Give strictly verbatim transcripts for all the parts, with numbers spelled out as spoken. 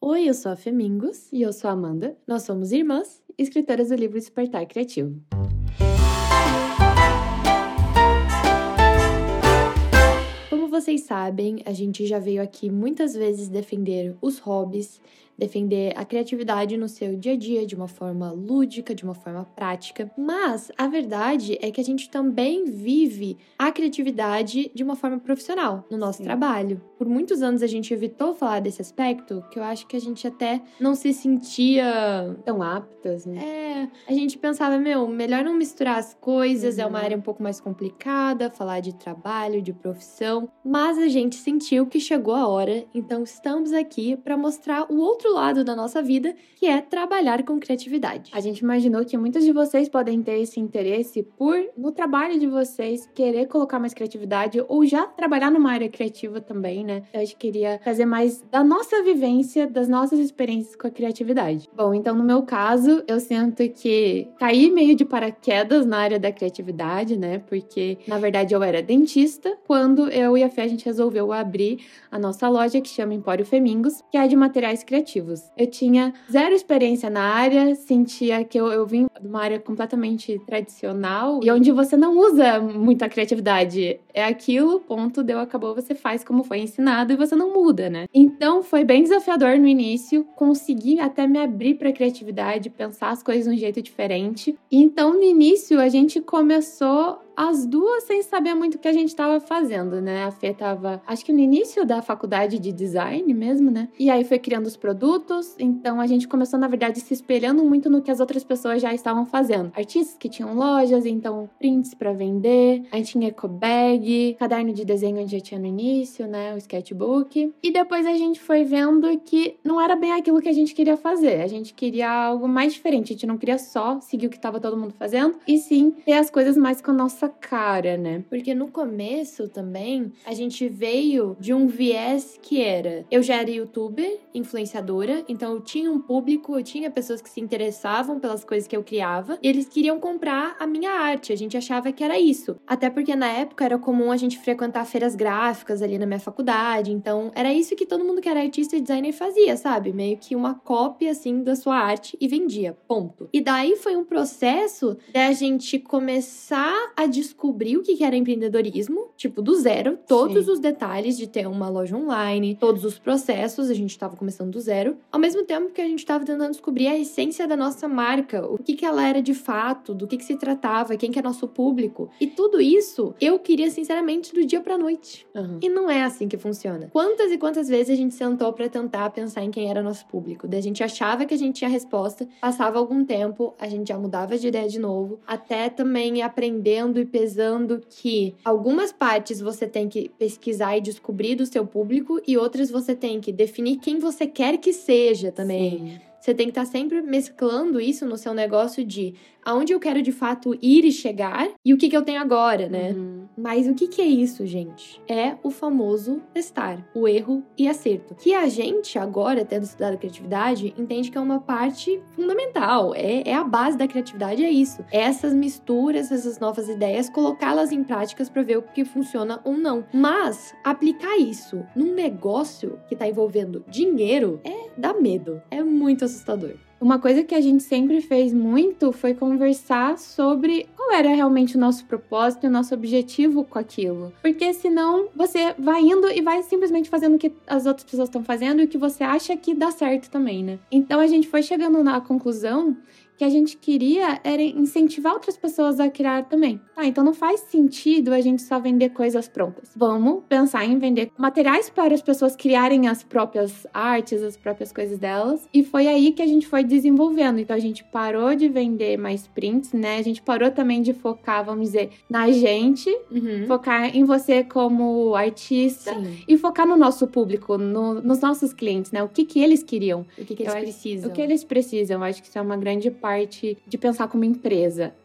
Oi, eu sou a Femingos. E eu sou a Amanda. Nós somos irmãs, escritoras do livro Despertar Criativo. Como vocês sabem, a gente já veio aqui muitas vezes defender os hobbies, defender a criatividade no seu dia a dia de uma forma lúdica, de uma forma prática. Mas a verdade é que a gente também vive a criatividade de uma forma profissional no nosso Sim. trabalho. Por muitos anos a gente evitou falar desse aspecto, que eu acho que a gente até não se sentia tão aptas, né? É, a gente pensava, meu, melhor não misturar as coisas, uhum. é uma área um pouco mais complicada, falar de trabalho, de profissão. Mas a gente sentiu que chegou a hora, então estamos aqui para mostrar o outro lado da nossa vida, que é trabalhar com criatividade. A gente imaginou que muitos de vocês podem ter esse interesse por, no trabalho de vocês, querer colocar mais criatividade ou já trabalhar numa área criativa também, né? A gente queria trazer mais da nossa vivência, das nossas experiências com a criatividade. Bom, então no meu caso, eu sinto que caí meio de paraquedas na área da criatividade, né? Porque, na verdade, eu era dentista. Quando eu e a Fê, a gente resolveu abrir a nossa loja, que chama Empório Femingos, que é de materiais criativos. Eu tinha zero experiência na área, sentia que eu, eu vim de uma área completamente tradicional e onde você não usa muita criatividade. É aquilo, ponto, deu, acabou, você faz como foi ensinado e você não muda, né? Então foi bem desafiador no início, consegui até me abrir para criatividade, pensar as coisas de um jeito diferente. Então no início a gente começou as duas sem saber muito o que a gente estava fazendo, né? A Fê tava, acho que no início da faculdade de design mesmo, né? E aí foi criando os produtos, então a gente começou, na verdade, se espelhando muito no que as outras pessoas já estavam fazendo. Artistas que tinham lojas, então prints para vender, a gente tinha eco bag, caderno de desenho a gente já tinha no início, né? O sketchbook. E depois a gente foi vendo que não era bem aquilo que a gente queria fazer. A gente queria algo mais diferente, a gente não queria só seguir o que estava todo mundo fazendo, e sim ter as coisas mais com a nossa cara, né? Porque no começo também a gente veio de um viés que era, eu já era youtuber, influenciadora, então eu tinha um público, eu tinha pessoas que se interessavam pelas coisas que eu criava e eles queriam comprar a minha arte, a gente achava que era isso. Até porque na época era comum a gente frequentar feiras gráficas ali na minha faculdade, então era isso que todo mundo que era artista e designer fazia, sabe? Meio que uma cópia assim da sua arte e vendia, ponto. E daí foi um processo da gente começar a descobrir o que era empreendedorismo, tipo, do zero, todos Sim. os detalhes de ter uma loja online, todos os processos, a gente tava começando do zero, ao mesmo tempo que a gente tava tentando descobrir a essência da nossa marca, o que que ela era de fato, do que que se tratava, quem que é nosso público. E tudo isso, eu queria, sinceramente, do dia pra noite. Uhum. E não é assim que funciona. Quantas e quantas vezes a gente sentou pra tentar pensar em quem era nosso público? Daí a gente achava que a gente tinha a resposta, passava algum tempo, a gente já mudava de ideia de novo, até também ir aprendendo e pesando que algumas partes você tem que pesquisar e descobrir do seu público e outras você tem que definir quem você quer que seja também. Sim. Você tem que estar sempre mesclando isso no seu negócio de aonde eu quero de fato ir e chegar e o que que eu tenho agora, né? Uhum. Mas o que que é isso, gente? É o famoso testar, o erro e acerto. Que a gente agora, tendo estudado a criatividade, entende que é uma parte fundamental. É, é a base da criatividade, é isso. É essas misturas, essas novas ideias, colocá-las em práticas para ver o que funciona ou não. Mas aplicar isso num negócio que tá envolvendo dinheiro é dá medo. É muito assustador. Uma coisa que a gente sempre fez muito foi conversar sobre qual era realmente o nosso propósito e o nosso objetivo com aquilo. Porque senão você vai indo e vai simplesmente fazendo o que as outras pessoas estão fazendo e o que você acha que dá certo também, né? Então a gente foi chegando na conclusão que a gente queria era incentivar outras pessoas a criar também. Tá, então não faz sentido a gente só vender coisas prontas. Vamos pensar em vender materiais para as pessoas criarem as próprias artes, as próprias coisas delas. E foi aí que a gente foi desenvolvendo. Então a gente parou de vender mais prints, né? A gente parou também de focar, vamos dizer, na gente, uhum. focar em você como artista. Sim. E focar no nosso público, no, nos nossos clientes, né? O que que eles queriam. O que que eles Eu precisam. Acho, o que eles precisam. Eu acho que isso é uma grande parte de pensar como empresa.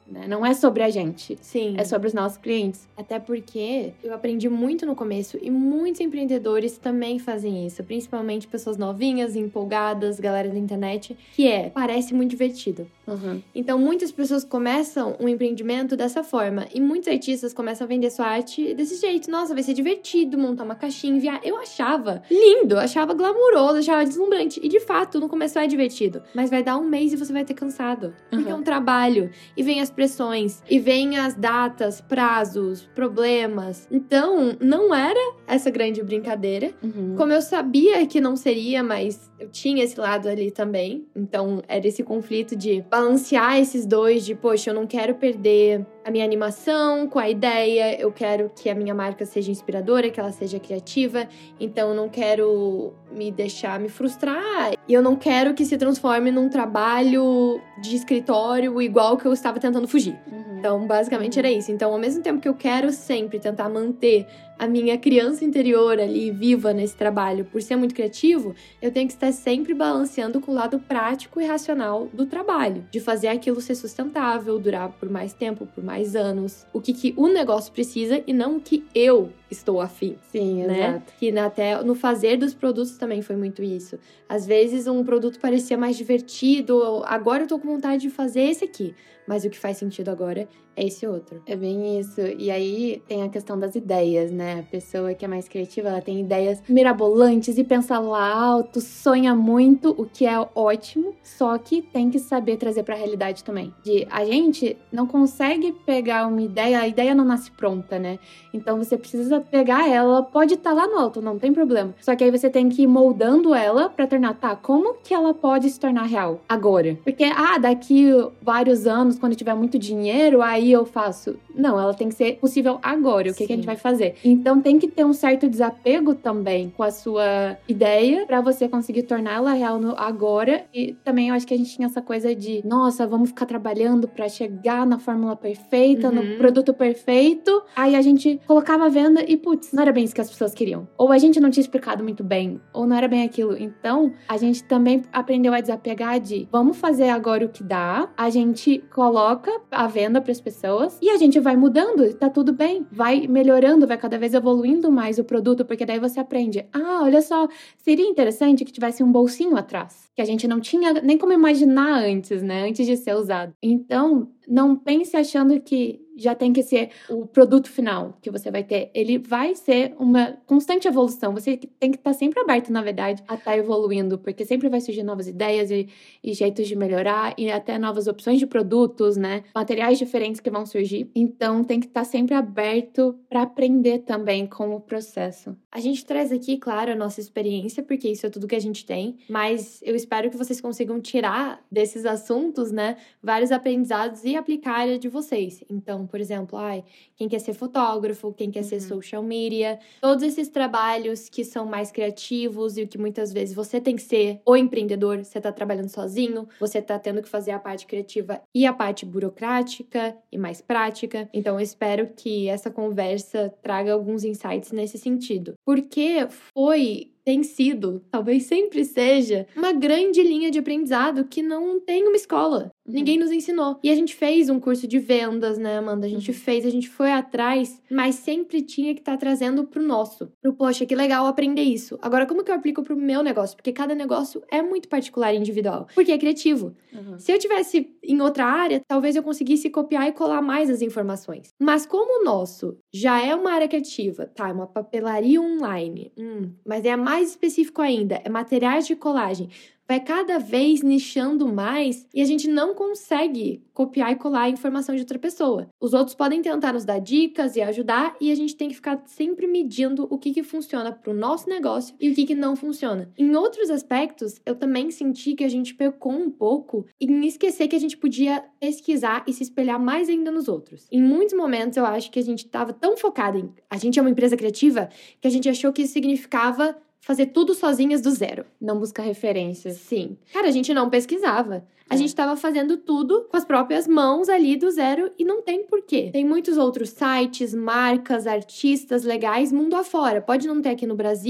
né? Não é sobre a gente. Sim. É sobre os nossos clientes. Até porque eu aprendi muito no começo e muitos empreendedores também fazem isso. Principalmente pessoas novinhas, empolgadas, galera da internet. Que é, parece muito divertido. Uhum. Então, muitas pessoas começam um empreendimento dessa forma. E muitos artistas começam a vender sua arte desse jeito. Nossa, vai ser divertido montar uma caixinha, enviar. Eu achava lindo, achava glamuroso, achava deslumbrante. E, de fato, no começo é divertido. Mas vai dar um mês e você vai ter cansado. Porque Uhum. é um trabalho. E vem as pressões. E vem as datas, prazos, problemas. Então, não era essa grande brincadeira. Uhum. Como eu sabia que não seria, mas eu tinha esse lado ali também. Então, era esse conflito de balancear esses dois, de, poxa, eu não quero perder a minha animação com a ideia, eu quero que a minha marca seja inspiradora, que ela seja criativa, então eu não quero me deixar me frustrar, e eu não quero que se transforme num trabalho de escritório igual que eu estava tentando fugir. Uhum. Então, basicamente Uhum. era isso. Então, ao mesmo tempo que eu quero sempre tentar manter a minha criança interior ali viva nesse trabalho por ser muito criativo, eu tenho que estar sempre balanceando com o lado prático e racional do trabalho, de fazer aquilo ser sustentável, durar por mais tempo, por mais anos, o que, que o negócio precisa e não o que eu estou afim. Sim, Né? exato. Que até no fazer dos produtos também foi muito isso. Às vezes um produto parecia mais divertido, agora eu tô com vontade de fazer esse aqui, mas o que faz sentido agora é esse outro. É bem isso. E aí tem a questão das ideias, né? A pessoa que é mais criativa, ela tem ideias mirabolantes e pensa lá alto, sonha muito, o que é ótimo, só que tem que saber trazer pra realidade também. De a gente não consegue pegar uma ideia, a ideia não nasce pronta, né? Então você precisa pegar ela, pode estar lá no alto, não tem problema. Só que aí você tem que ir moldando ela pra tornar, tá, como que ela pode se tornar real agora? Porque, ah, daqui vários anos, quando eu tiver muito dinheiro, aí eu faço. Não, ela tem que ser possível agora. O que, que a gente vai fazer? Então tem que ter um certo desapego também com a sua ideia pra você conseguir torná-la real no agora. E também eu acho que a gente tinha essa coisa de, nossa, vamos ficar trabalhando pra chegar na fórmula perfeita, Uhum. no produto perfeito. Aí a gente colocava a venda e, putz, não era bem isso que as pessoas queriam. Ou a gente não tinha explicado muito bem, ou não era bem aquilo. Então, a gente também aprendeu a desapegar de, vamos fazer agora o que dá, a gente coloca a venda pras pessoas e a gente vai mudando, tá tudo bem. Vai melhorando, vai cada vez evoluindo mais o produto, porque daí você aprende, ah, olha só, seria interessante que tivesse um bolsinho atrás, que a gente não tinha nem como imaginar antes, né, antes de ser usado. Então, não pense achando que já tem que ser o produto final que você vai ter. Ele vai ser uma constante evolução. Você tem que estar sempre aberto, na verdade, a estar evoluindo, porque sempre vai surgir novas ideias e, e jeitos de melhorar e até novas opções de produtos, né? Materiais diferentes que vão surgir. Então, tem que estar sempre aberto para aprender também com o processo. A gente traz aqui, claro, a nossa experiência, porque isso é tudo que a gente tem, mas eu espero que vocês consigam tirar desses assuntos, né, vários aprendizados e aplicar a de vocês. Então, por exemplo, ai, quem quer ser fotógrafo, quem quer Uhum. ser social media, todos esses trabalhos que são mais criativos e o que muitas vezes você tem que ser o empreendedor, você tá trabalhando sozinho, você tá tendo que fazer a parte criativa e a parte burocrática e mais prática. Então, eu espero que essa conversa traga alguns insights nesse sentido. Porque foi... tem sido, talvez sempre seja, uma grande linha de aprendizado que não tem uma escola. Uhum. Ninguém nos ensinou. E a gente fez um curso de vendas, né, Amanda? A gente uhum. fez, a gente foi atrás, mas sempre tinha que estar tá trazendo pro nosso. Pro, poxa, que legal aprender isso. Agora, como que eu aplico pro meu negócio? Porque cada negócio é muito particular e individual. Porque é criativo. Uhum. Se eu tivesse em outra área, talvez eu conseguisse copiar e colar mais as informações. Mas como o nosso já é uma área criativa, tá, é uma papelaria online, hum, mas é a mais específico ainda, é materiais de colagem, vai cada vez nichando mais e a gente não consegue copiar e colar a informação de outra pessoa. Os outros podem tentar nos dar dicas e ajudar e a gente tem que ficar sempre medindo o que, que funciona para o nosso negócio e o que, que não funciona. Em outros aspectos, eu também senti que a gente pecou um pouco em esquecer que a gente podia pesquisar e se espelhar mais ainda nos outros. Em muitos momentos, eu acho que a gente estava tão focado em a gente é uma empresa criativa que a gente achou que isso significava fazer tudo sozinhas do zero. Não buscar referências. Sim. Cara, a gente não pesquisava. A é. gente tava fazendo tudo com as próprias mãos ali do zero e não tem porquê. Tem muitos outros sites, marcas, artistas legais mundo afora. Pode não ter aqui no Brasil,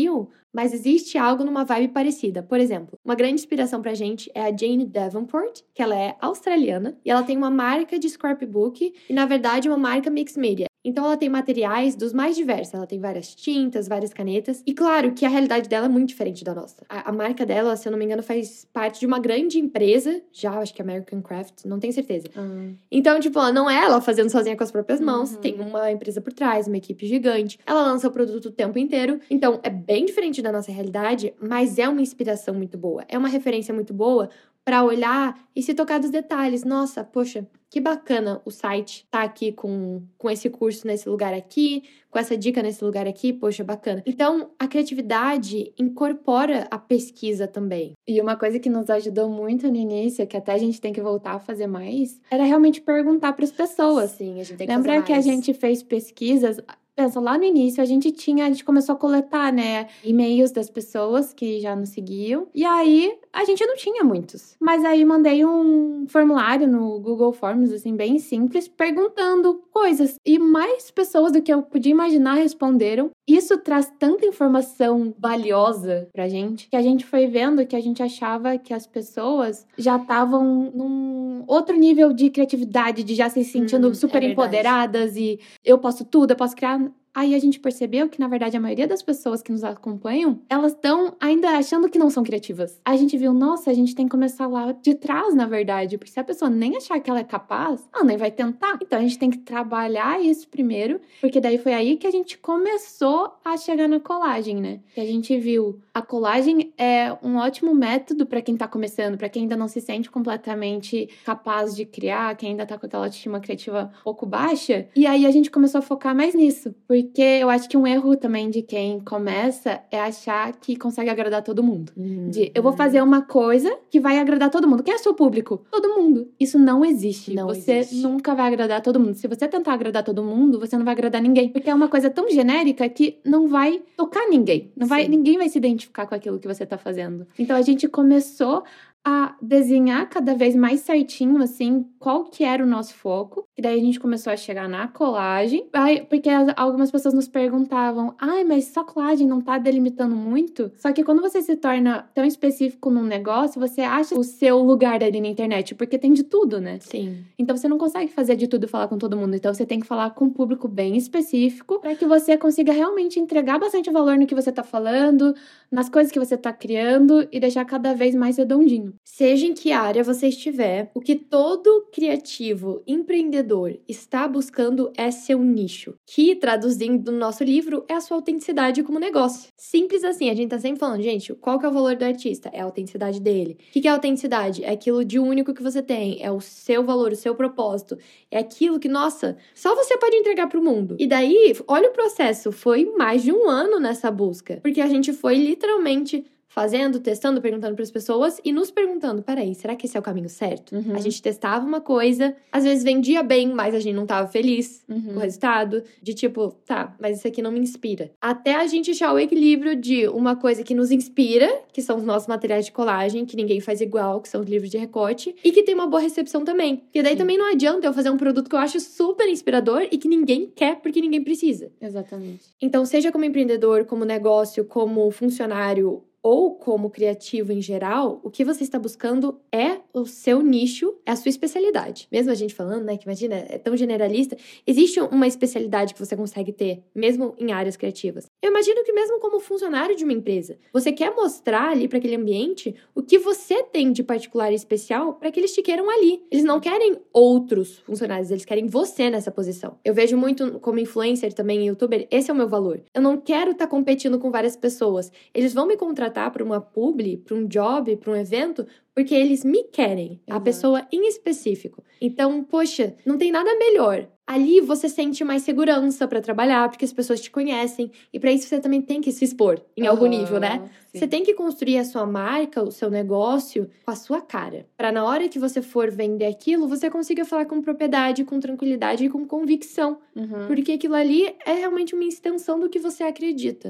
mas existe algo numa vibe parecida. Por exemplo, uma grande inspiração pra gente é a Jane Davenport, que ela é australiana, e ela tem uma marca de scrapbook, e na verdade uma marca mixed media. Então ela tem materiais dos mais diversos, ela tem várias tintas, várias canetas, e claro que a realidade dela é muito diferente da nossa. A, a marca dela, se eu não me engano, faz parte de uma grande empresa, já acho que é American Crafts, não tenho certeza. Uhum. Então, tipo, ela não é ela fazendo sozinha com as próprias mãos, Uhum. tem uma empresa por trás, uma equipe gigante, ela lança o produto o tempo inteiro, então é bem diferente da nossa realidade, mas é uma inspiração muito boa, é uma referência muito boa pra olhar e se tocar dos detalhes. Nossa, poxa, que bacana o site tá aqui com, com esse curso nesse lugar aqui, com essa dica nesse lugar aqui, poxa, bacana. Então, a criatividade incorpora a pesquisa também. E uma coisa que nos ajudou muito no início, que até a gente tem que voltar a fazer mais, era realmente perguntar para as pessoas. Sim, a gente tem que Lembra fazer que a mais. gente fez pesquisas? Pensa, lá no início a gente tinha, a gente começou a coletar, né, e-mails das pessoas que já nos seguiam. E aí a gente não tinha muitos. Mas aí mandei um formulário no Google Forms, assim, bem simples, perguntando coisas. E mais pessoas do que eu podia imaginar responderam. Isso traz tanta informação valiosa pra gente, que a gente foi vendo que a gente achava que as pessoas já estavam num outro nível de criatividade, de já se sentindo Hum, super é verdade. empoderadas e eu posso tudo, eu posso criar. Aí a gente percebeu que, na verdade, a maioria das pessoas que nos acompanham, elas estão ainda achando que não são criativas. A gente viu, nossa, a gente tem que começar lá de trás, na verdade. Porque se a pessoa nem achar que ela é capaz, ela nem vai tentar. Então, a gente tem que trabalhar isso primeiro, porque daí foi aí que a gente começou a chegar na colagem, né? Que a gente viu, a colagem é um ótimo método para quem tá começando, para quem ainda não se sente completamente capaz de criar, quem ainda tá com aquela autoestima criativa um pouco baixa. E aí a gente começou a focar mais nisso, porque eu acho que um erro também de quem começa é achar que consegue agradar todo mundo. Uhum. De, eu vou fazer uma coisa que vai agradar todo mundo. Quem é seu público? Todo mundo. Isso não existe. Não você existe. nunca vai agradar todo mundo. Se você tentar agradar todo mundo, você não vai agradar ninguém. Porque é uma coisa tão genérica que não vai tocar ninguém. Não vai, Sim. ninguém vai se identificar com aquilo que você tá fazendo. Então a gente começou a desenhar cada vez mais certinho, assim, qual que era o nosso foco. E daí a gente começou a chegar na colagem. Aí, porque as- algumas pessoas nos perguntavam, ai, mas só colagem não tá delimitando muito? Só que quando você se torna tão específico num negócio, você acha o seu lugar ali na internet, porque tem de tudo, né? Sim. Então você não consegue fazer de tudo e falar com todo mundo. Então você tem que falar com um público bem específico para que você consiga realmente entregar bastante valor no que você tá falando, nas coisas que você tá criando e deixar cada vez mais redondinho. Seja em que área você estiver, o que todo criativo, empreendedor está buscando é seu nicho, que, traduzindo no nosso livro, é a sua autenticidade como negócio. Simples assim, a gente tá sempre falando, gente, qual que é o valor do artista? É a autenticidade dele. O que que é a autenticidade? É aquilo de único que você tem, é o seu valor, o seu propósito, é aquilo que, nossa, só você pode entregar pro mundo. E daí, olha o processo, foi mais de um ano nessa busca, porque a gente foi literalmente fazendo, testando, perguntando para as pessoas e nos perguntando, peraí, será que esse é o caminho certo? Uhum. A gente testava uma coisa, às vezes vendia bem, mas a gente não tava feliz Uhum. com o resultado, de tipo, tá, mas isso aqui não me inspira. Até a gente achar o equilíbrio de uma coisa que nos inspira, que são os nossos materiais de colagem, que ninguém faz igual, que são os livros de recorte, e que tem uma boa recepção também. Porque daí Sim. também não adianta eu fazer um produto que eu acho super inspirador e que ninguém quer porque ninguém precisa. Exatamente. Então, seja como empreendedor, como negócio, como funcionário ou como criativo em geral, o que você está buscando é o seu nicho, é a sua especialidade. Mesmo a gente falando, né, que imagina, é tão generalista, existe uma especialidade que você consegue ter, mesmo em áreas criativas. Eu imagino que mesmo como funcionário de uma empresa, você quer mostrar ali para aquele ambiente o que você tem de particular e especial para que eles te queiram ali. Eles não querem outros funcionários, eles querem você nessa posição. Eu vejo muito como influencer também, youtuber, esse é o meu valor. Eu não quero estar competindo com várias pessoas. Eles vão me contratar para uma publi, para um job, para um evento, porque eles me querem, a Exato. pessoa em específico. Então, poxa, não tem nada melhor. Ali você sente mais segurança para trabalhar, porque as pessoas te conhecem, e para isso você também tem que se expor em algum Uhum, nível, né? sim. Você tem que construir a sua marca, o seu negócio com a sua cara, para na hora que você for vender aquilo, você consiga falar com propriedade, com tranquilidade e com convicção, Uhum. porque aquilo ali é realmente uma extensão do que você acredita, né?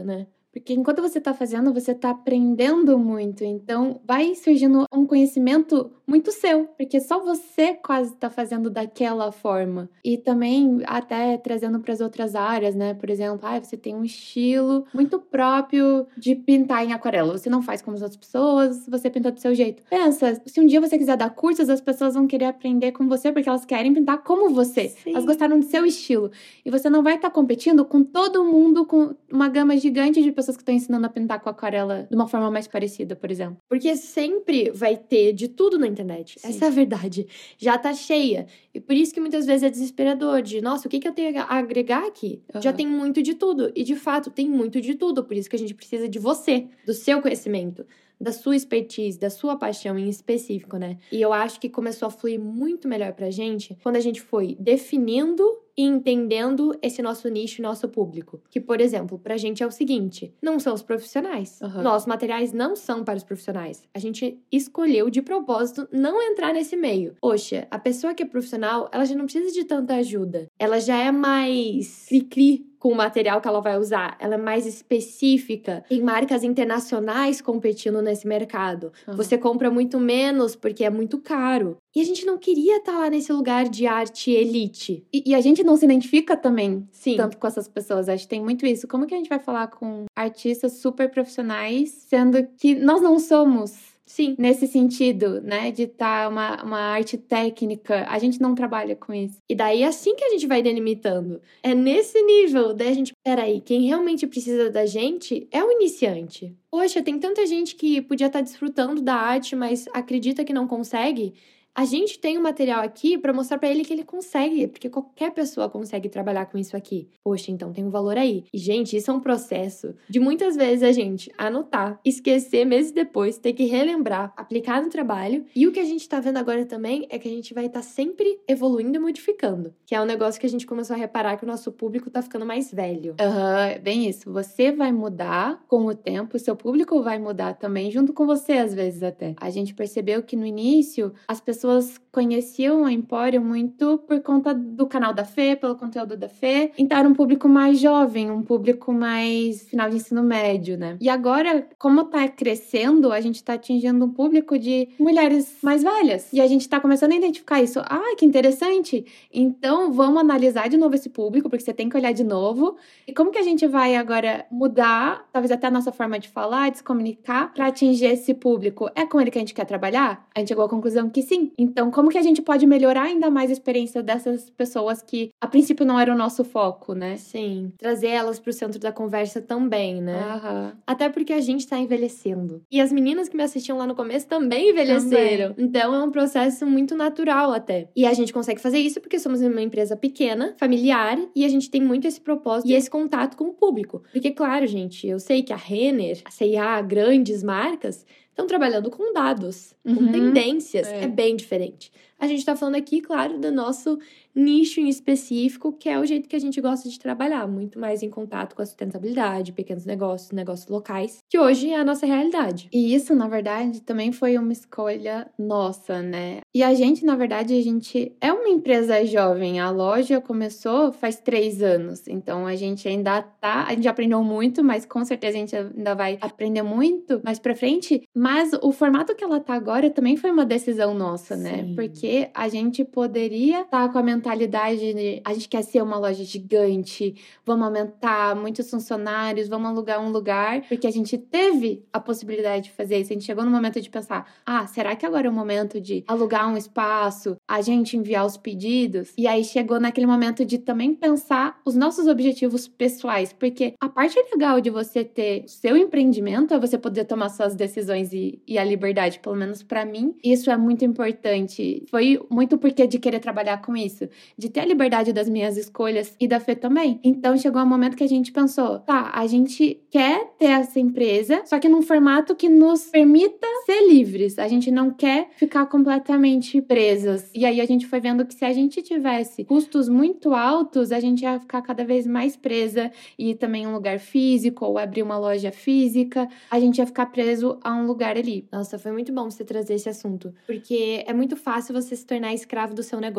Porque enquanto você tá fazendo, você tá aprendendo muito. Então, vai surgindo um conhecimento muito seu, porque só você quase tá fazendo daquela forma. E também, até trazendo para as outras áreas, né? Por exemplo, ah, você tem um estilo muito próprio de pintar em aquarela. Você não faz como as outras pessoas, você pinta do seu jeito. Pensa, se um dia você quiser dar cursos, as pessoas vão querer aprender com você, porque elas querem pintar como você. Sim. Elas gostaram do seu estilo. E você não vai estar competindo com todo mundo, com uma gama gigante de pessoas que estão ensinando a pintar com aquarela de uma forma mais parecida, por exemplo. Porque sempre vai ter de tudo na internet. Sim. Essa é a verdade. Já tá cheia. E por isso que muitas vezes é desesperador de, nossa, o que, que eu tenho a agregar aqui? Uhum. Já tem muito de tudo. E de fato, tem muito de tudo. Por isso que a gente precisa de você, do seu conhecimento, da sua expertise, da sua paixão em específico, né? E eu acho que começou a fluir muito melhor pra gente quando a gente foi definindo e entendendo esse nosso nicho e nosso público. Que, por exemplo, pra gente é o seguinte, não são os profissionais. Uhum. Nossos materiais não são para os profissionais. A gente escolheu de propósito não entrar nesse meio. Poxa, a pessoa que é profissional, ela já não precisa de tanta ajuda. Ela já é mais cri-cri com o material que ela vai usar. Ela é mais específica. Tem marcas internacionais competindo nesse mercado. Uhum. Você compra muito menos porque é muito caro. E a gente não queria estar lá nesse lugar de arte elite. E, e a gente não se identifica também Sim. tanto com essas pessoas. Acho que tem muito isso. Como que a gente vai falar com artistas super profissionais, sendo que nós não somos? Sim. Nesse sentido, né? De estar uma, uma arte técnica. A gente não trabalha com isso. E daí é assim que a gente vai delimitando. É nesse nível. Daí a gente, peraí, quem realmente precisa da gente é o iniciante. Poxa, tem tanta gente que podia estar desfrutando da arte, mas acredita que não consegue. A gente tem o material aqui pra mostrar pra ele que ele consegue, porque qualquer pessoa consegue trabalhar com isso aqui. Poxa, então tem um valor aí. E, gente, isso é um processo de muitas vezes a gente anotar, esquecer meses depois, ter que relembrar, aplicar no trabalho. E o que a gente tá vendo agora também é que a gente vai estar tá sempre evoluindo e modificando, que é um negócio que a gente começou a reparar que o nosso público tá ficando mais velho. Aham, uhum, bem isso. Você vai mudar com o tempo, o seu público vai mudar também, junto com você, às vezes até. A gente percebeu que no início, as pessoas pessoas conheciam a Empório muito por conta do canal da Fê, pelo conteúdo da Fê. Então era um público mais jovem, um público mais final de ensino médio, né? E agora, como tá crescendo, a gente tá atingindo um público de mulheres mais velhas. E a gente tá começando a identificar isso. Ah, que interessante! Então vamos analisar de novo esse público, porque você tem que olhar de novo. E como que a gente vai agora mudar, talvez até a nossa forma de falar, de se comunicar, para atingir esse público? É com ele que a gente quer trabalhar? A gente chegou à conclusão que sim. Então, como que a gente pode melhorar ainda mais a experiência dessas pessoas que, a princípio, não era o nosso foco, né? Sim. Trazer elas pro centro da conversa também, né? Aham. Até porque a gente tá envelhecendo. E as meninas que me assistiam lá no começo também envelheceram. Também. Então, é um processo muito natural até. E a gente consegue fazer isso porque somos uma empresa pequena, familiar, e a gente tem muito esse propósito e esse contato com o público. Porque, claro, gente, eu sei que a Renner, a C e A, grandes marcas, estão trabalhando com dados, com uhum, tendências. É. é bem diferente. A gente tá falando aqui, claro, do nosso nicho em específico, que é o jeito que a gente gosta de trabalhar, muito mais em contato com a sustentabilidade, pequenos negócios, negócios locais, que hoje é a nossa realidade. E isso, na verdade, também foi uma escolha nossa, né? E a gente, na verdade, a gente é uma empresa jovem. A loja começou faz três anos, então a gente ainda tá, a gente aprendeu muito, mas com certeza a gente ainda vai aprender muito mais pra frente. Mas o formato que ela tá agora também foi uma decisão nossa, Sim. né? Porque a gente poderia estar tá com a mentalidade de a gente quer ser uma loja gigante, vamos aumentar muitos funcionários, vamos alugar um lugar, porque a gente teve a possibilidade de fazer isso. A gente chegou no momento de pensar, ah, será que agora é o momento de alugar um espaço, a gente enviar os pedidos? E aí chegou naquele momento de também pensar os nossos objetivos pessoais, porque a parte legal de você ter o seu empreendimento é você poder tomar suas decisões e, e a liberdade, pelo menos pra mim, isso é muito importante. Foi muito porque de querer trabalhar com isso, de ter a liberdade das minhas escolhas e da Fê também. Então chegou um momento que a gente pensou, tá, a gente quer ter essa empresa, só que num formato que nos permita ser livres. A gente não quer ficar completamente presas. E aí a gente foi vendo que se a gente tivesse custos muito altos, a gente ia ficar cada vez mais presa e também um lugar físico ou abrir uma loja física, a gente ia ficar preso a um lugar ali. Nossa, foi muito bom você trazer esse assunto, porque é muito fácil você se tornar escravo do seu negócio.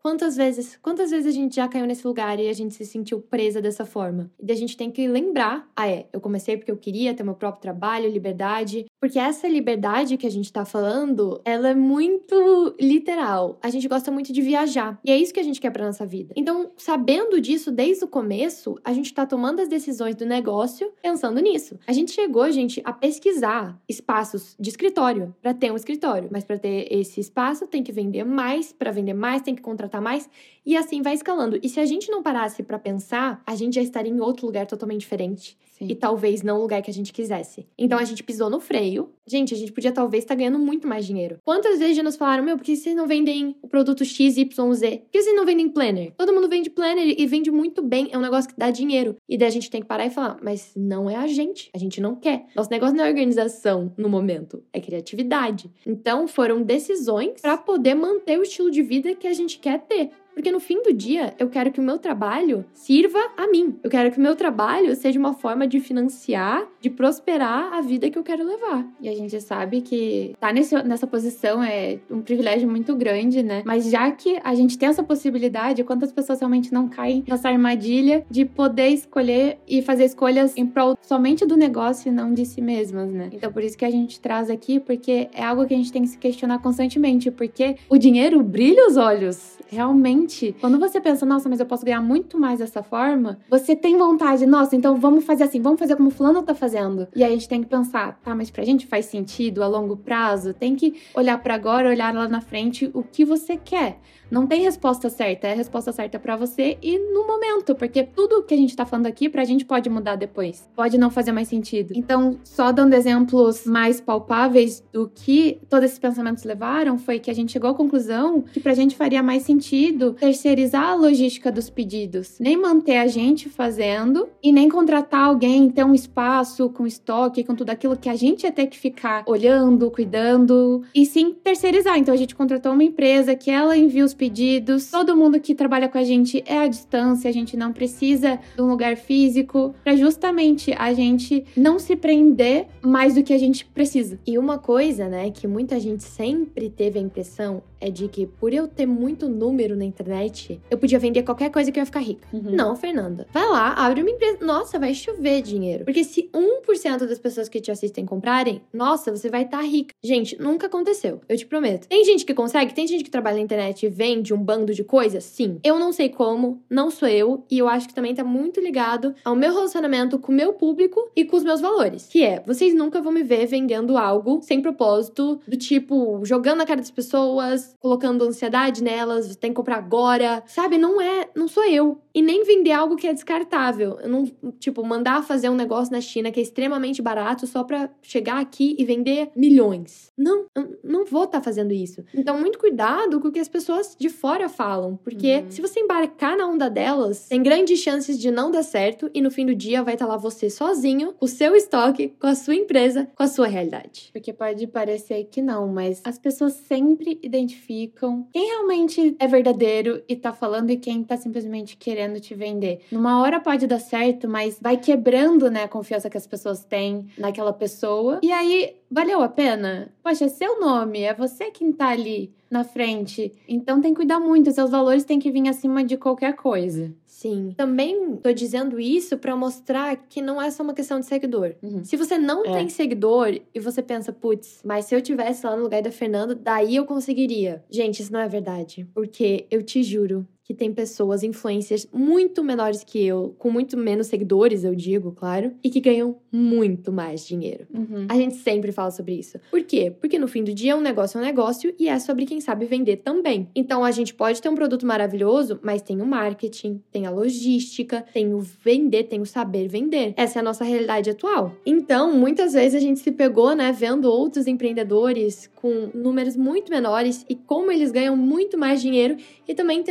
Quantas vezes, quantas vezes a gente já caiu nesse lugar e a gente se sentiu presa dessa forma? E a gente tem que lembrar, ah é, eu comecei porque eu queria ter meu próprio trabalho, liberdade, porque essa liberdade que a gente tá falando, ela é muito literal. A gente gosta muito de viajar, e é isso que a gente quer pra nossa vida. Então, sabendo disso desde o começo, a gente tá tomando as decisões do negócio pensando nisso. A gente chegou, gente, a pesquisar espaços de escritório, pra ter um escritório, mas pra ter esse espaço tem que vender mais, pra vender mais tem que contratar mais, e assim vai escalando. E se a gente não parasse pra pensar, a gente já estaria em outro lugar totalmente diferente. Sim. E talvez não o lugar que a gente quisesse. Então a gente pisou no freio. Gente, a gente podia talvez estar ganhando muito mais dinheiro. Quantas vezes já nos falaram, meu, por que vocês não vendem o produto X Y Z? Por que vocês não vendem planner? Todo mundo vende planner e vende muito bem. É um negócio que dá dinheiro. E daí a gente tem que parar e falar, mas não é a gente. A gente não quer. Nosso negócio não é organização no momento. É criatividade. Então foram decisões para poder manter o estilo de vida que a gente quer ter. Porque no fim do dia, eu quero que o meu trabalho sirva a mim. Eu quero que o meu trabalho seja uma forma de financiar, de prosperar a vida que eu quero levar. E a gente sabe que estar tá nesse, nessa posição é um privilégio muito grande, né? Mas já que a gente tem essa possibilidade, quantas pessoas realmente não caem nessa armadilha de poder escolher e fazer escolhas em prol somente do negócio e não de si mesmas, né? Então, por isso que a gente traz aqui, porque é algo que a gente tem que se questionar constantemente, porque o dinheiro brilha os olhos. Realmente, quando você pensa, nossa, mas eu posso ganhar muito mais dessa forma, você tem vontade, nossa, então vamos fazer assim, vamos fazer como fulano tá fazendo. E aí a gente tem que pensar, tá, mas pra gente faz sentido a longo prazo? Tem que olhar pra agora, olhar lá na frente o que você quer. Não tem resposta certa, é a resposta certa pra você e no momento, porque tudo que a gente tá falando aqui pra gente pode mudar depois, pode não fazer mais sentido. Então, só dando exemplos mais palpáveis do que todos esses pensamentos levaram, foi que a gente chegou à conclusão que pra gente faria mais sentido terceirizar a logística dos pedidos, nem manter a gente fazendo e nem contratar alguém, ter um espaço com estoque, com tudo aquilo que a gente ia ter que ficar olhando, cuidando, e sim terceirizar. Então, a gente contratou uma empresa que ela envia os pedidos, todo mundo que trabalha com a gente é à distância, a gente não precisa de um lugar físico, para justamente a gente não se prender mais do que a gente precisa. E uma coisa, né, que muita gente sempre teve a impressão é de que por eu ter muito número na internet, eu podia vender qualquer coisa que eu ia ficar rica. Uhum. Não, Fernanda. Vai lá, abre uma empresa. Nossa, vai chover dinheiro. Porque se um por cento das pessoas que te assistem comprarem, nossa, você vai estar tá rica. Gente, nunca aconteceu. Eu te prometo. Tem gente que consegue, tem gente que trabalha na internet e vende um bando de coisas? Sim. Eu não sei como, não sou eu, e eu acho que também tá muito ligado ao meu relacionamento com o meu público e com os meus valores. Que é, vocês nunca vão me ver vendendo algo sem propósito, do tipo, jogando na cara das pessoas, colocando ansiedade nelas, tem que comprar agora, sabe? Não é, não sou eu. E nem vender algo que é descartável. Eu não, tipo, mandar fazer um negócio na China que é extremamente barato só pra chegar aqui e vender milhões. Não, eu não vou estar tá fazendo isso. Então, muito cuidado com o que as pessoas de fora falam, porque uhum. se você embarcar na onda delas, tem grandes chances de não dar certo e no fim do dia vai estar tá lá você sozinho, com o seu estoque, com a sua empresa, com a sua realidade. Porque pode parecer que não, mas as pessoas sempre identificam quem realmente é verdadeiro e tá falando e quem tá simplesmente querendo te vender. Numa hora pode dar certo, mas vai quebrando, né, a confiança que as pessoas têm naquela pessoa. E aí, valeu a pena? Poxa, é seu nome, é você quem tá ali na frente. Então tem que cuidar muito, seus valores têm que vir acima de qualquer coisa. Sim. Também tô dizendo isso pra mostrar que não é só uma questão de seguidor. Uhum. Se você não é. tem seguidor e você pensa, putz, mas se eu tivesse lá no lugar da Fernanda, daí eu conseguiria. Gente, isso não é verdade. Porque eu te juro que tem pessoas, influencers muito menores que eu, com muito menos seguidores, eu digo, claro, e que ganham muito mais dinheiro. Uhum. A gente sempre fala sobre isso. Por quê? Porque no fim do dia, um negócio é um negócio e é sobre quem sabe vender também. Então, a gente pode ter um produto maravilhoso, mas tem o marketing, tem a logística, tem o vender, tem o saber vender. Essa é a nossa realidade atual. Então, muitas vezes a gente se pegou, né, vendo outros empreendedores com números muito menores e como eles ganham muito mais dinheiro e também tendo que aceitar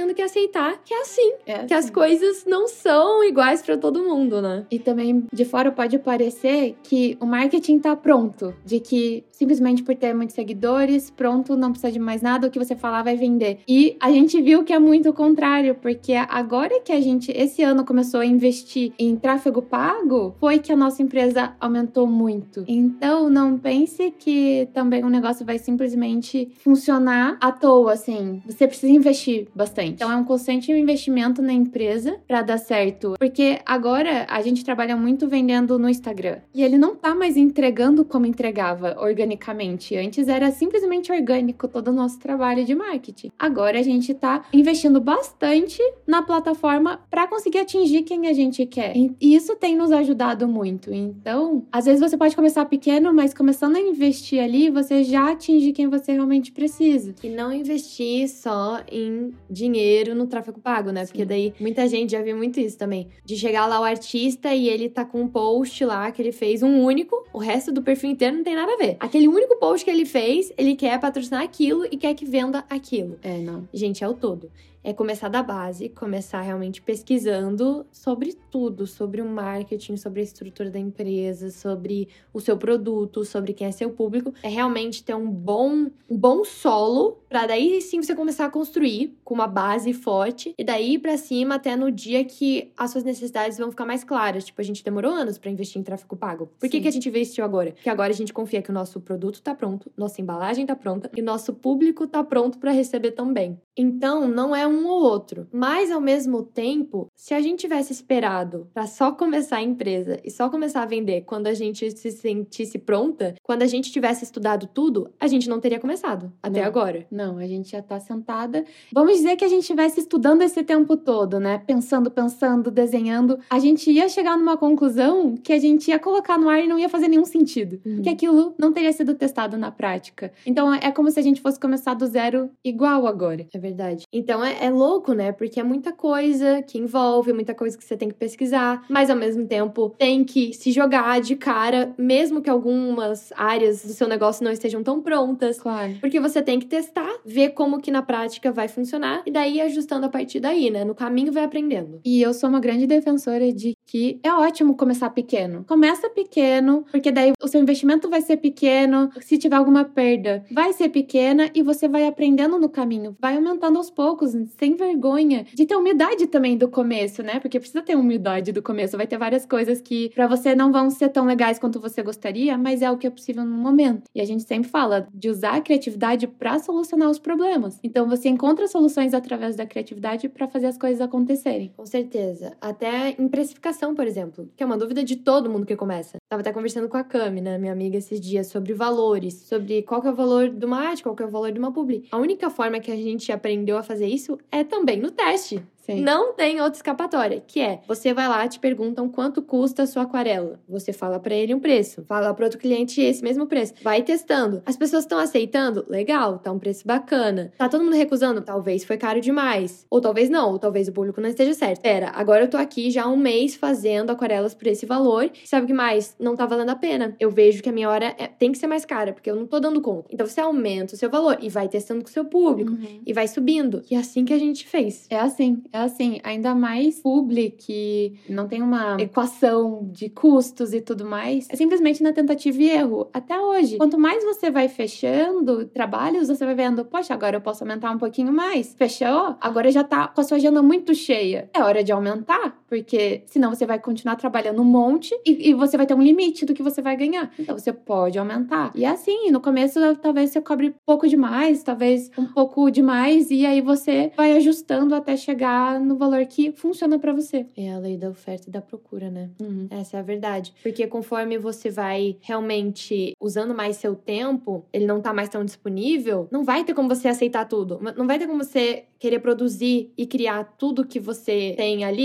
aceitar que é assim, É assim. que as coisas não são iguais pra todo mundo, né? E também, de fora, pode parecer que o marketing tá pronto, de que simplesmente por ter muitos seguidores, pronto, não precisa de mais nada, o que você falar vai vender. E a gente viu que é muito o contrário, porque agora que a gente, esse ano, começou a investir em tráfego pago, foi que a nossa empresa aumentou muito. Então, não pense que também o negócio vai simplesmente funcionar à toa, assim. Você precisa investir bastante. Então, é um constante investimento na empresa pra dar certo. Porque agora a gente trabalha muito vendendo no Instagram. E ele não tá mais entregando como entregava organicamente. Antes era simplesmente orgânico todo o nosso trabalho de marketing. Agora a gente tá investindo bastante na plataforma pra conseguir atingir quem a gente quer. E isso tem nos ajudado muito. Então, às vezes você pode começar pequeno, mas começando a investir ali, você já atinge quem você realmente precisa. E não investir só em dinheiro no tráfego pago, né? Sim. Porque daí muita gente já viu muito isso também. De chegar lá o artista e ele tá com um post lá que ele fez um único, o resto do perfil inteiro não tem nada a ver. Aquele único post que ele fez, ele quer patrocinar aquilo e quer que venda aquilo. É, não. Gente, é o todo. É começar da base, começar realmente pesquisando sobre tudo, sobre o marketing, sobre a estrutura da empresa, sobre o seu produto, sobre quem é seu público. É realmente ter um bom, um bom solo, pra daí sim você começar a construir com uma base forte, e daí pra cima até no dia que as suas necessidades vão ficar mais claras. Tipo, a gente demorou anos pra investir em tráfego pago. Por que, que a gente investiu agora? Porque agora a gente confia que o nosso produto tá pronto, nossa embalagem tá pronta, e nosso público tá pronto pra receber também. Então, não é um um ou outro. Mas, ao mesmo tempo, se a gente tivesse esperado pra só começar a empresa e só começar a vender quando a gente se sentisse pronta, quando a gente tivesse estudado tudo, a gente não teria começado até Não. agora. Não, a gente já tá sentada. Vamos dizer que a gente estivesse estudando esse tempo todo, né? Pensando, pensando, desenhando. A gente ia chegar numa conclusão que a gente ia colocar no ar e não ia fazer nenhum sentido. Uhum. Porque aquilo não teria sido testado na prática. Então, é como se a gente fosse começar do zero igual agora. É verdade. Então, é, é louco, né? Porque é muita coisa que envolve, muita coisa que você tem que pesquisar, mas ao mesmo tempo tem que se jogar de cara, mesmo que algumas áreas do seu negócio não estejam tão prontas. Claro. Porque você tem que testar, ver como que na prática vai funcionar e daí ajustando a partir daí, né? No caminho vai aprendendo. E eu sou uma grande defensora de que é ótimo começar pequeno. Começa pequeno, porque daí o seu investimento vai ser pequeno, se tiver alguma perda, vai ser pequena e você vai aprendendo no caminho, vai aumentando aos poucos, sem vergonha, de ter humildade também do começo, né? Porque precisa ter humildade do começo, vai ter várias coisas que pra você não vão ser tão legais quanto você gostaria, mas é o que é possível no momento. E a gente sempre fala de usar a criatividade pra solucionar os problemas. Então você encontra soluções através da criatividade pra fazer as coisas acontecerem. Com certeza. Até em precificação, por exemplo, que é uma dúvida de todo mundo que começa. Tava até conversando com a Cami, né, minha amiga, esses dias, sobre valores, sobre qual que é o valor de uma arte, qual que é o valor de uma publi. A única forma que a gente aprendeu a fazer isso é também no teste. Sim. Não tem outra escapatória, que é, você vai lá, te perguntam quanto custa a sua aquarela. Você fala pra ele um preço. Fala pro outro cliente esse mesmo preço. Vai testando. As pessoas estão aceitando? Legal, tá um preço bacana. Tá todo mundo recusando? Talvez foi caro demais. Ou talvez não, ou talvez o público não esteja certo. Pera, agora eu tô aqui já há um mês fazendo aquarelas por esse valor. Sabe o que mais? Não tá valendo a pena. Eu vejo que a minha hora é, tem que ser mais cara, porque eu não tô dando conta. Então você aumenta o seu valor e vai testando com o seu público. Uhum. E vai subindo. E é assim que a gente fez. É assim, é assim, ainda mais publi que não tem uma equação de custos e tudo mais, é simplesmente na tentativa e erro, até hoje. Quanto mais você vai fechando trabalhos, você vai vendo, poxa, agora eu posso aumentar um pouquinho mais. Fechou? Agora já tá com a sua agenda muito cheia. É hora de aumentar, porque senão você vai continuar trabalhando um monte e, e você vai ter um limite do que você vai ganhar. Então você pode aumentar. E assim, no começo talvez você cobre pouco demais, talvez um pouco demais, e aí você vai ajustando até chegar no valor que funciona pra você. É a lei da oferta e da procura, né? Uhum. Essa é a verdade. Porque conforme você vai realmente usando mais seu tempo, ele não tá mais tão disponível, não vai ter como você aceitar tudo. Não vai ter como você querer produzir e criar tudo que você tem ali, sendo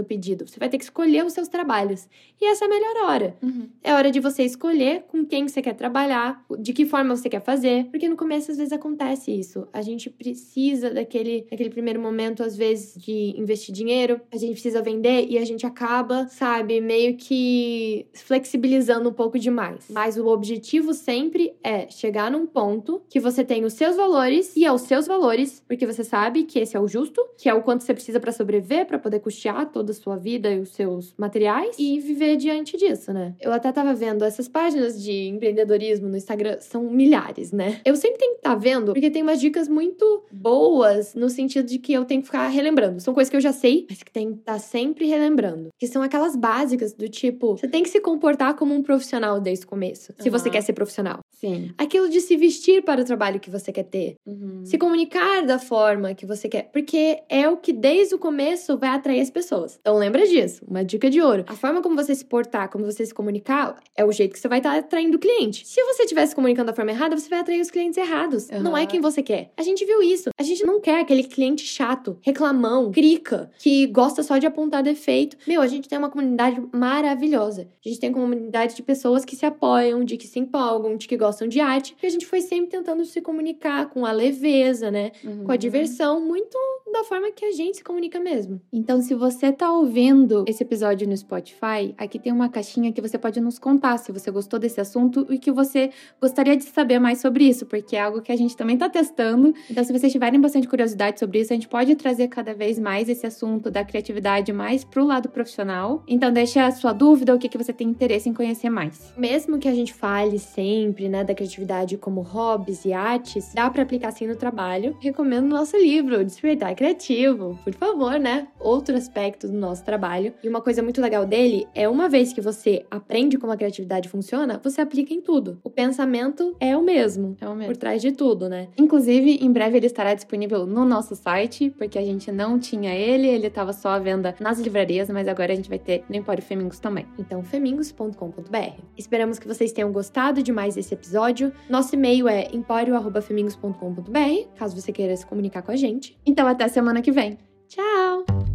pedido. Você vai ter que escolher os seus trabalhos. E essa é a melhor hora. Uhum. É hora de você escolher com quem você quer trabalhar, de que forma você quer fazer. Porque no começo, às vezes, acontece isso. A gente precisa daquele, daquele primeiro momento, às vezes, de investir dinheiro. A gente precisa vender e a gente acaba, sabe, meio que flexibilizando um pouco demais. Mas o objetivo sempre é chegar num ponto que você tem os seus valores e aos seus valores, porque você sabe que esse é o justo, que é o quanto você precisa pra sobreviver, pra poder custear toda a sua vida e os seus materiais e viver diante disso, né? Eu até tava vendo essas páginas de empreendedorismo no Instagram, são milhares, né? Eu sempre tenho que estar vendo, porque tem umas dicas muito boas no sentido de que eu tenho que ficar relembrando. São coisas que eu já sei, mas que tem que estar sempre relembrando. Que são aquelas básicas do tipo, você tem que se comportar como um profissional desde o começo, se Uhum. você quer ser profissional. Sim. Aquilo de se vestir para o trabalho que você quer ter. Uhum. Se comunicar da forma que você quer. Porque é o que desde o começo vai atrair as pessoas. Então lembra disso. Uma dica de ouro. A forma como você se portar, como você se comunicar, é o jeito que você vai estar atraindo o cliente. Se você estiver se comunicando da forma errada, você vai atrair os clientes errados. Uhum. Não é quem você quer. A gente viu isso. A gente não quer aquele cliente chato, reclamão, crica, que gosta só de apontar defeito. Meu, a gente tem uma comunidade maravilhosa. A gente tem uma comunidade de pessoas que se apoiam, de que se empolgam, de que gostam de arte, e a gente foi sempre tentando se comunicar com a leveza, né? Uhum. Com a diversão, muito da forma que a gente se comunica mesmo. Então, se você tá ouvindo esse episódio no Spotify, aqui tem uma caixinha que você pode nos contar se você gostou desse assunto e que você gostaria de saber mais sobre isso, porque é algo que a gente também tá testando. Então, se vocês tiverem bastante curiosidade sobre isso, a gente pode trazer cada vez mais esse assunto da criatividade mais pro lado profissional. Então, deixa a sua dúvida, o que, que você tem interesse em conhecer mais. Mesmo que a gente fale sempre, né, da criatividade como hobbies e artes, dá pra aplicar sim no trabalho. Recomendo o nosso livro, Despertar Criativo, por favor, né? Outro aspecto do nosso trabalho. E uma coisa muito legal dele é, uma vez que você aprende como a criatividade funciona, você aplica em tudo. O pensamento é o mesmo, É o mesmo. por trás de tudo, né? Inclusive, em breve ele estará disponível no nosso site, porque a gente não tinha ele, ele estava só à venda nas livrarias, mas agora a gente vai ter no Empório Femingos também. Então, femingos ponto com ponto b r. Esperamos que vocês tenham gostado demais desse episódio. Nosso e-mail é empório arroba femingos ponto com ponto b r, caso você queira se comunicar com a gente. Então, até semana que vem. Tchau!